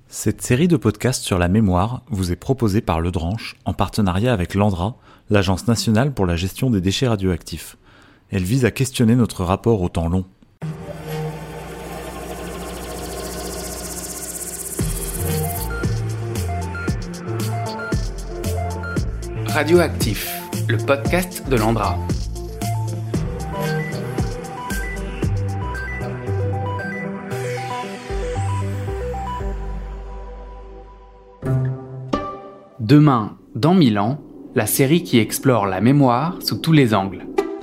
Cette série de podcasts sur la mémoire vous est proposée par Le Dranche en partenariat avec l'ANDRA, l'Agence nationale pour la gestion des déchets radioactifs. Elle vise à questionner notre rapport au temps long. Radioactif, le podcast de l'ANDRA. Demain, dans 1000 ans, la série qui explore la mémoire sous tous les angles.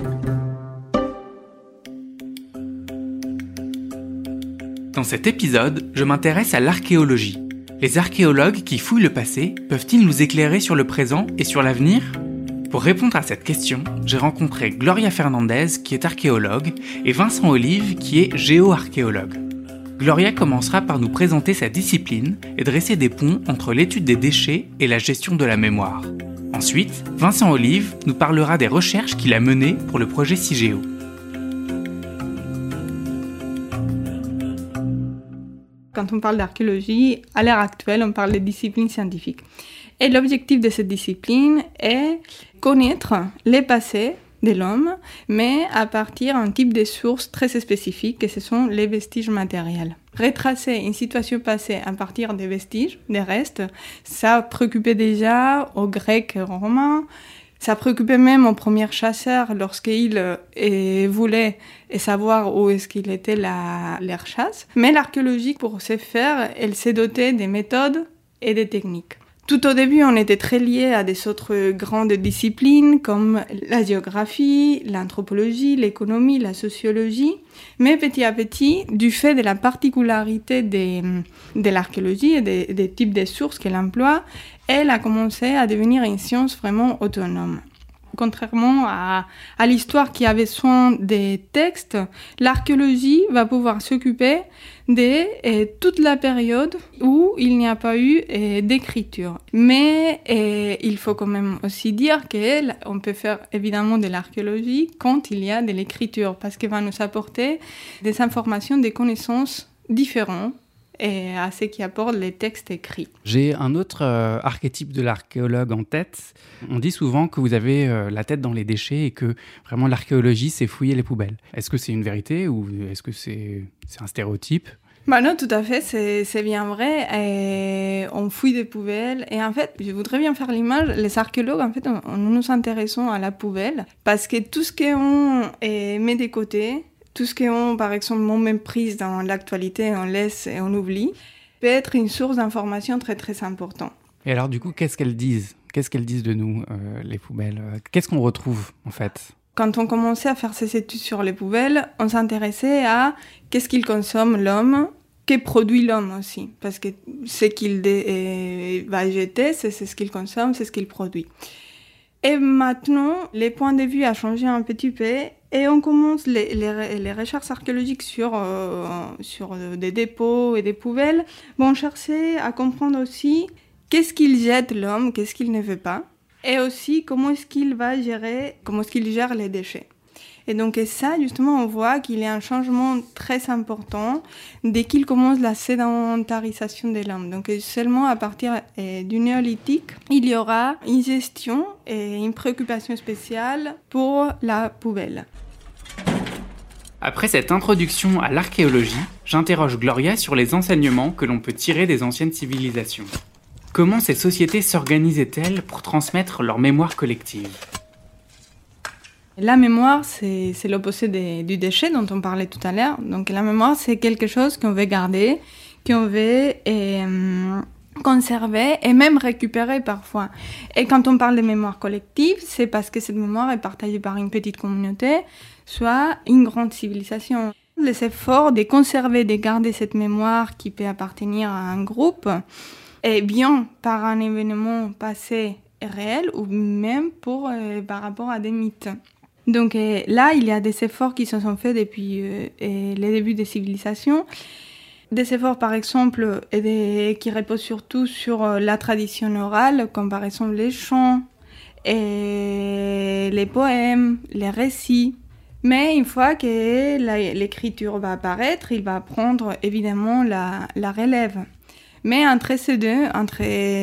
Dans cet épisode, je m'intéresse à l'archéologie. Les archéologues qui fouillent le passé peuvent-ils nous éclairer sur le présent et sur l'avenir ? Pour répondre à cette question, j'ai rencontré Gloria Fernandez qui est archéologue et Vincent Olive qui est géoarchéologue. Gloria commencera par nous présenter sa discipline et dresser des ponts entre l'étude des déchets et la gestion de la mémoire. Ensuite, Vincent Olive nous parlera des recherches qu'il a menées pour le projet CIGEO. Quand on parle d'archéologie, à l'heure actuelle, on parle de discipline scientifique. Et l'objectif de cette discipline est connaître les passés de l'homme, mais à partir d'un type de sources très spécifiques, que ce sont les vestiges matériels. Retracer une situation passée à partir des vestiges, des restes, ça préoccupait déjà aux Grecs et aux Romains, ça préoccupait même aux premiers chasseurs lorsqu'ils voulaient savoir où est-ce qu'il était leur chasse. Mais l'archéologie, pour ce faire, elle s'est dotée des méthodes et des techniques. Tout au début, on était très liés à des autres grandes disciplines comme la géographie, l'anthropologie, l'économie, la sociologie. Mais petit à petit, du fait de la particularité de l'archéologie et des types de sources qu'elle emploie, elle a commencé à devenir une science vraiment autonome. Contrairement à l'histoire qui avait soin des textes, l'archéologie va pouvoir s'occuper de toute la période où il n'y a pas eu d'écriture. Mais il faut quand même aussi dire qu'on peut faire évidemment de l'archéologie quand il y a de l'écriture, parce qu'elle va nous apporter des informations, des connaissances différentes et à ce qui apporte les textes écrits. J'ai un autre archétype de l'archéologue en tête. On dit souvent que vous avez la tête dans les déchets et que vraiment l'archéologie, c'est fouiller les poubelles. Est-ce que c'est une vérité ou est-ce que c'est un stéréotype ? Non, tout à fait, c'est bien vrai. Et on fouille des poubelles. Et en fait, je voudrais bien faire l'image. Les archéologues, en fait, nous nous intéressons à la poubelle parce que tout ce qu'on met de côté, tout ce qu'on, par exemple, on méprise dans l'actualité, on laisse et on oublie, peut être une source d'information très, très importante. Et alors, du coup, qu'est-ce qu'elles disent ? Qu'est-ce qu'elles disent de nous, les poubelles ? Qu'est-ce qu'on retrouve, en fait ? Quand on commençait à faire ces études sur les poubelles, on s'intéressait à qu'est-ce qu'il consomme l'homme, que produit l'homme aussi. Parce que ce qu'il va jeter, c'est ce qu'il consomme, c'est ce qu'il produit. Et maintenant, les points de vue ont changé un petit peu et on commence les recherches archéologiques sur des dépôts et des poubelles vont chercher à comprendre aussi qu'est-ce qu'il jette l'homme, qu'est-ce qu'il ne veut pas, et aussi comment est-ce qu'il gère les déchets. Et donc ça, justement, on voit qu'il y a un changement très important dès qu'il commence la sédentarisation de l'homme. Donc seulement à partir du néolithique, il y aura une gestion et une préoccupation spéciale pour la poubelle. Après cette introduction à l'archéologie, j'interroge Gloria sur les enseignements que l'on peut tirer des anciennes civilisations. Comment ces sociétés s'organisaient-elles pour transmettre leur mémoire collective ? La mémoire, c'est l'opposé du déchet dont on parlait tout à l'heure. Donc la mémoire, c'est quelque chose qu'on veut garder, qu'on veut conserver et même récupérer parfois. Et quand on parle de mémoire collective, c'est parce que cette mémoire est partagée par une petite communauté, soit une grande civilisation. Les efforts de conserver, de garder cette mémoire qui peut appartenir à un groupe, est bien par un événement passé réel ou même par rapport à des mythes. Donc là, il y a des efforts qui se sont faits depuis les débuts des civilisations. Des efforts, par exemple, qui reposent surtout sur la tradition orale, comme par exemple les chants, et les poèmes, les récits. Mais une fois que l'écriture va apparaître, il va prendre évidemment la relève. Mais entre ces deux, entre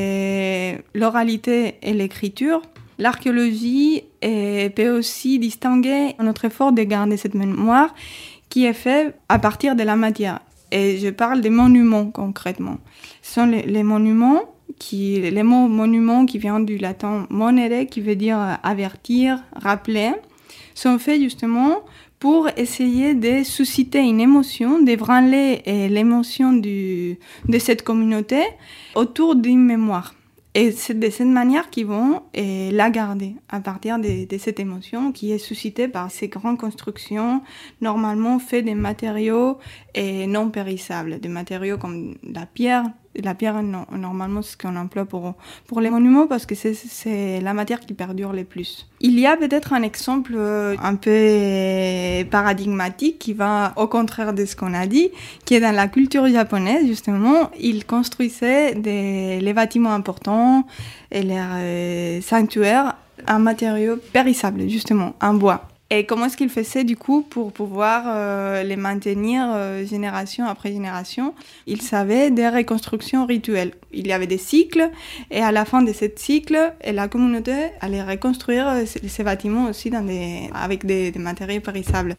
l'oralité et l'écriture, l'archéologie peut aussi distinguer notre effort de garder cette mémoire qui est fait à partir de la matière. Et je parle des monuments concrètement. Ce sont les monuments, les mots monument qui viennent du latin monere, qui veut dire avertir, rappeler, sont faits justement pour essayer de susciter une émotion, d'ébranler l'émotion de cette communauté autour d'une mémoire. Et c'est de cette manière qu'ils vont la garder à partir de cette émotion qui est suscitée par ces grandes constructions, normalement faites des matériaux non périssables, des matériaux comme la pierre. La pierre, normalement, c'est ce qu'on emploie pour les monuments parce que c'est la matière qui perdure le plus. Il y a peut-être un exemple un peu paradigmatique qui va au contraire de ce qu'on a dit, qui est dans la culture japonaise, justement. Ils construisaient les bâtiments importants et les sanctuaires en matériaux périssables, justement, en bois. Et comment est-ce qu'ils faisaient du coup pour pouvoir les maintenir génération après génération? Ils savaient des reconstructions rituelles. Il y avait des cycles et à la fin de ces cycles, la communauté allait reconstruire ces bâtiments aussi avec des matériaux périssables.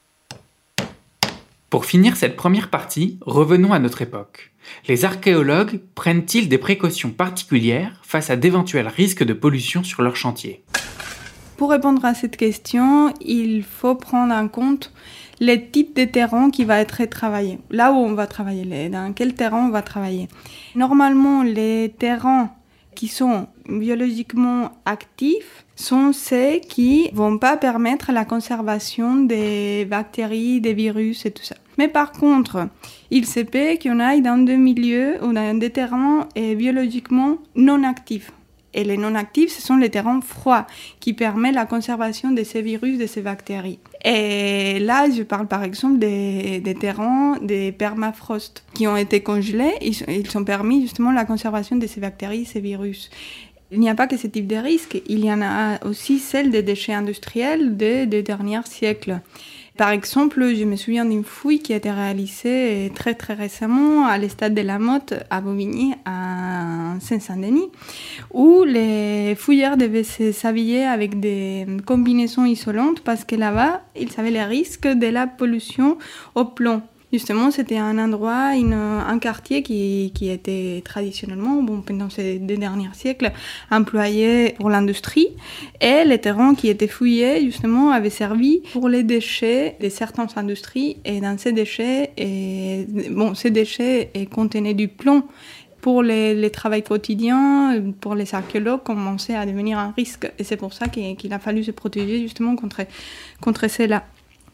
Pour finir cette première partie, revenons à notre époque. Les archéologues prennent-ils des précautions particulières face à d'éventuels risques de pollution sur leur chantier? Pour répondre à cette question, il faut prendre en compte les types de terrain qui va être travaillé. Là où on va travailler, dans quel terrain on va travailler. Normalement, les terrains qui sont biologiquement actifs sont ceux qui vont pas permettre la conservation des bactéries, des virus et tout ça. Mais par contre, il se peut qu'on aille dans des milieux ou dans des terrains biologiquement non actifs. Et les non-actifs, ce sont les terrains froids qui permettent la conservation de ces virus, de ces bactéries. Et là, je parle par exemple des terrains, des permafrost qui ont été congelés. Ils ont permis justement la conservation de ces bactéries, ces virus. Il n'y a pas que ce type de risque, il y en a aussi celle des déchets industriels des derniers siècles. Par exemple, je me souviens d'une fouille qui a été réalisée très très récemment à l'Estade de la Motte à Bobigny, à Saint-Denis, où les fouilleurs devaient s'habiller avec des combinaisons isolantes parce que là-bas, ils avaient les risques de la pollution au plomb. Justement, c'était un endroit, un quartier qui était traditionnellement, pendant ces 2 derniers siècles, employé pour l'industrie. Et les terrains qui étaient fouillés, justement, avaient servi pour les déchets de certaines industries. Et dans ces déchets, ces déchets contenaient du plomb. Pour les travaux quotidiens, pour les archéologues, commençait à devenir un risque. Et c'est pour ça qu'il a fallu se protéger, justement, contre cela.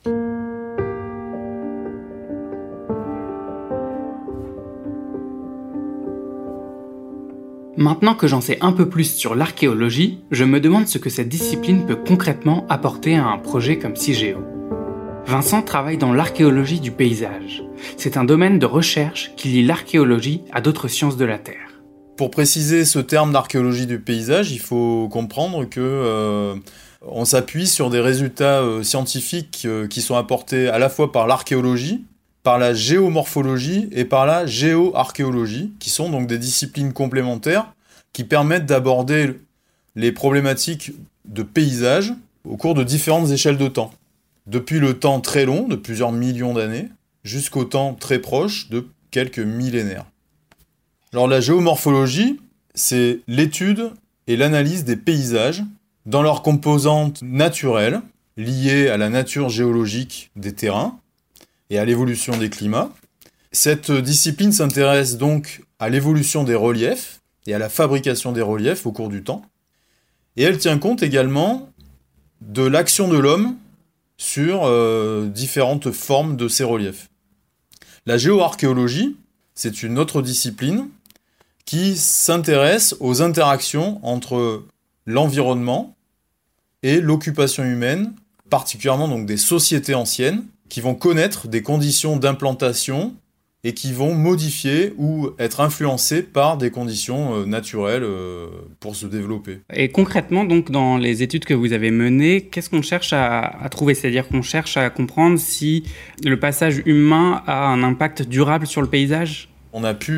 Maintenant que j'en sais un peu plus sur l'archéologie, je me demande ce que cette discipline peut concrètement apporter à un projet comme Cigéo. Vincent travaille dans l'archéologie du paysage. C'est un domaine de recherche qui lie l'archéologie à d'autres sciences de la Terre. Pour préciser ce terme d'archéologie du paysage, il faut comprendre que on s'appuie sur des résultats scientifiques qui sont apportés à la fois par l'archéologie, par la géomorphologie et par la géoarchéologie, qui sont donc des disciplines complémentaires qui permettent d'aborder les problématiques de paysage au cours de différentes échelles de temps. Depuis le temps très long, de plusieurs millions d'années, jusqu'au temps très proche de quelques millénaires. Alors la géomorphologie, c'est l'étude et l'analyse des paysages dans leurs composantes naturelles, liées à la nature géologique des terrains, et à l'évolution des climats. Cette discipline s'intéresse donc à l'évolution des reliefs et à la fabrication des reliefs au cours du temps. Et elle tient compte également de l'action de l'homme sur différentes formes de ces reliefs. La géoarchéologie, c'est une autre discipline qui s'intéresse aux interactions entre l'environnement et l'occupation humaine, particulièrement donc des sociétés anciennes, qui vont connaître des conditions d'implantation et qui vont modifier ou être influencées par des conditions naturelles pour se développer. Et concrètement, donc, dans les études que vous avez menées, qu'est-ce qu'on cherche à trouver? C'est-à-dire qu'on cherche à comprendre si le passage humain a un impact durable sur le paysage? On a pu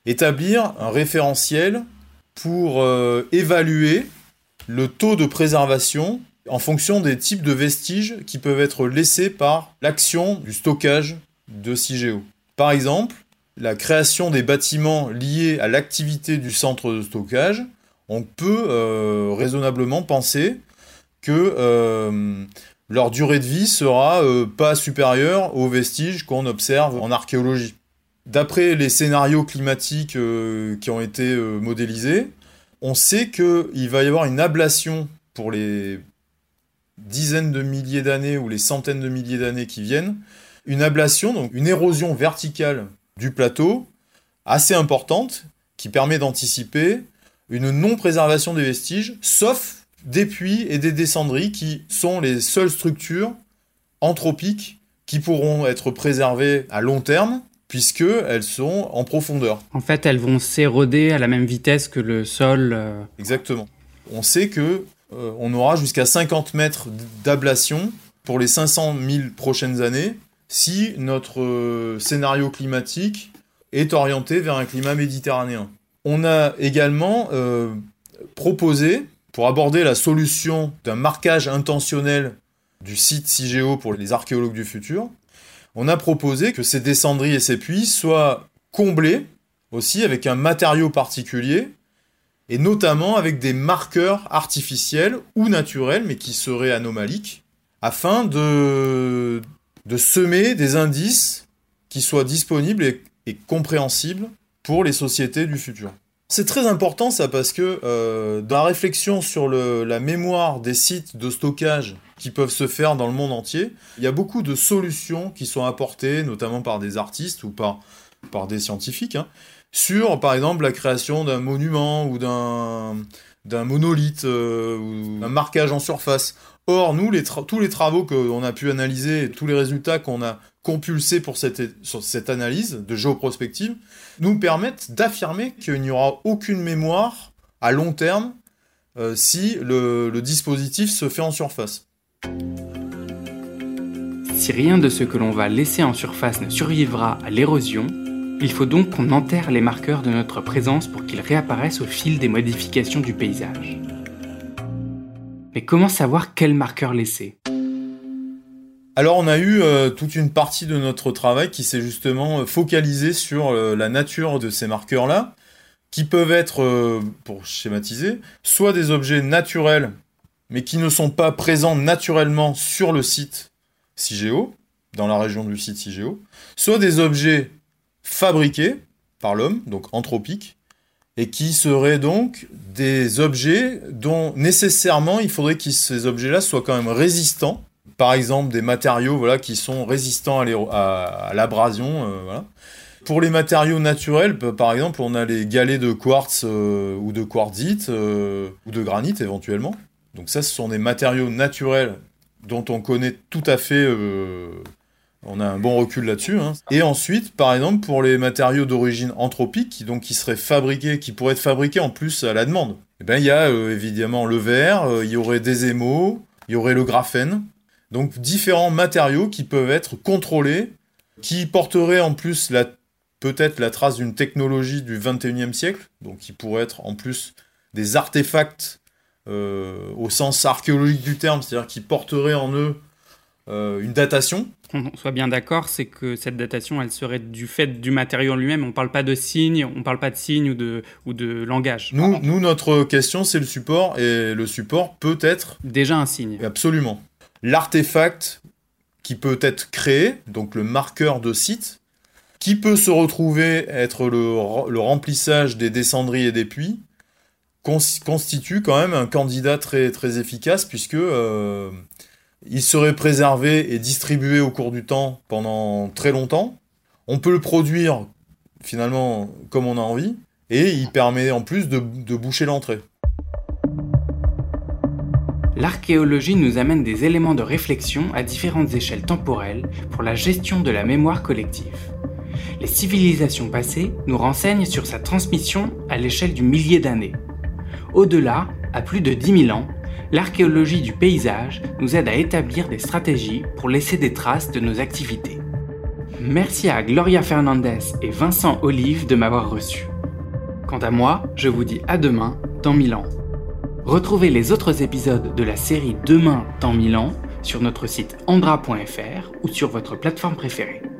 établir un référentiel pour évaluer le taux de préservation en fonction des types de vestiges qui peuvent être laissés par l'action du stockage de CIGEO. Par exemple, la création des bâtiments liés à l'activité du centre de stockage, on peut raisonnablement penser que leur durée de vie sera pas supérieure aux vestiges qu'on observe en archéologie. D'après les scénarios climatiques qui ont été modélisés, on sait qu'il va y avoir une ablation pour les dizaines de milliers d'années ou les centaines de milliers d'années qui viennent, une ablation, donc une érosion verticale du plateau assez importante qui permet d'anticiper une non-préservation des vestiges, sauf des puits et des descendries qui sont les seules structures anthropiques qui pourront être préservées à long terme puisqu'elles sont en profondeur. En fait, elles vont s'éroder à la même vitesse que le sol. Exactement. On sait que on aura jusqu'à 50 mètres d'ablation pour les 500 000 prochaines années si notre scénario climatique est orienté vers un climat méditerranéen. On a également proposé, pour aborder la solution d'un marquage intentionnel du site CIGEO pour les archéologues du futur, on a proposé que ces descendries et ces puits soient comblés aussi avec un matériau particulier, et notamment avec des marqueurs artificiels ou naturels, mais qui seraient anomaliques, afin de semer des indices qui soient disponibles et compréhensibles pour les sociétés du futur. C'est très important ça, parce que dans la réflexion sur la mémoire des sites de stockage qui peuvent se faire dans le monde entier, il y a beaucoup de solutions qui sont apportées, notamment par des artistes ou par des scientifiques, sur, par exemple, la création d'un monument ou d'un monolithe ou d'un marquage en surface. Or, nous, tous les travaux qu'on a pu analyser et tous les résultats qu'on a compulsés sur cette analyse de géoprospective nous permettent d'affirmer qu'il n'y aura aucune mémoire à long terme si le dispositif se fait en surface. Si rien de ce que l'on va laisser en surface ne survivra à l'érosion, il faut donc qu'on enterre les marqueurs de notre présence pour qu'ils réapparaissent au fil des modifications du paysage. Mais comment savoir quels marqueurs laisser ? Alors on a eu toute une partie de notre travail qui s'est justement focalisée sur la nature de ces marqueurs-là, qui peuvent être, pour schématiser, soit des objets naturels, mais qui ne sont pas présents naturellement sur le site CIGEO, dans la région du site CIGEO, soit des objets fabriqués par l'homme, donc anthropiques, et qui seraient donc des objets dont nécessairement il faudrait que ces objets-là soient quand même résistants, par exemple des matériaux qui sont résistants à l'abrasion. Voilà. Pour les matériaux naturels, par exemple, on a les galets de quartz ou de quartzite ou de granit éventuellement. Donc ça, ce sont des matériaux naturels dont on connaît tout à fait... on a un bon recul là-dessus. Et ensuite, par exemple, pour les matériaux d'origine anthropique, qui pourraient être fabriqués en plus à la demande, il y a évidemment le verre, il y aurait des émaux, il y aurait le graphène. Donc différents matériaux qui peuvent être contrôlés, qui porteraient en plus peut-être la trace d'une technologie du XXIe siècle, donc qui pourraient être en plus des artefacts au sens archéologique du terme, c'est-à-dire qui porteraient en eux une datation. Qu'on soit bien d'accord, c'est que cette datation, elle serait du fait du matériau lui-même. On ne parle pas de signes, on ne parle pas de signes ou de langage. Nous, notre question, c'est le support, et le support peut être... déjà un signe. Absolument. L'artefact qui peut être créé, donc le marqueur de site, qui peut se retrouver être le remplissage des descendries et des puits, constitue quand même un candidat très, très efficace, puisque il serait préservé et distribué au cours du temps pendant très longtemps. On peut le produire finalement comme on a envie, et il permet en plus de boucher l'entrée. L'archéologie nous amène des éléments de réflexion à différentes échelles temporelles pour la gestion de la mémoire collective. Les civilisations passées nous renseignent sur sa transmission à l'échelle du millier d'années. Au-delà, à plus de 10 000 ans, l'archéologie du paysage nous aide à établir des stratégies pour laisser des traces de nos activités. Merci à Gloria Fernandez et Vincent Olive de m'avoir reçu. Quant à moi, je vous dis à demain dans 1000 ans. Retrouvez les autres épisodes de la série Demain dans 1000 ans sur notre site andra.fr ou sur votre plateforme préférée.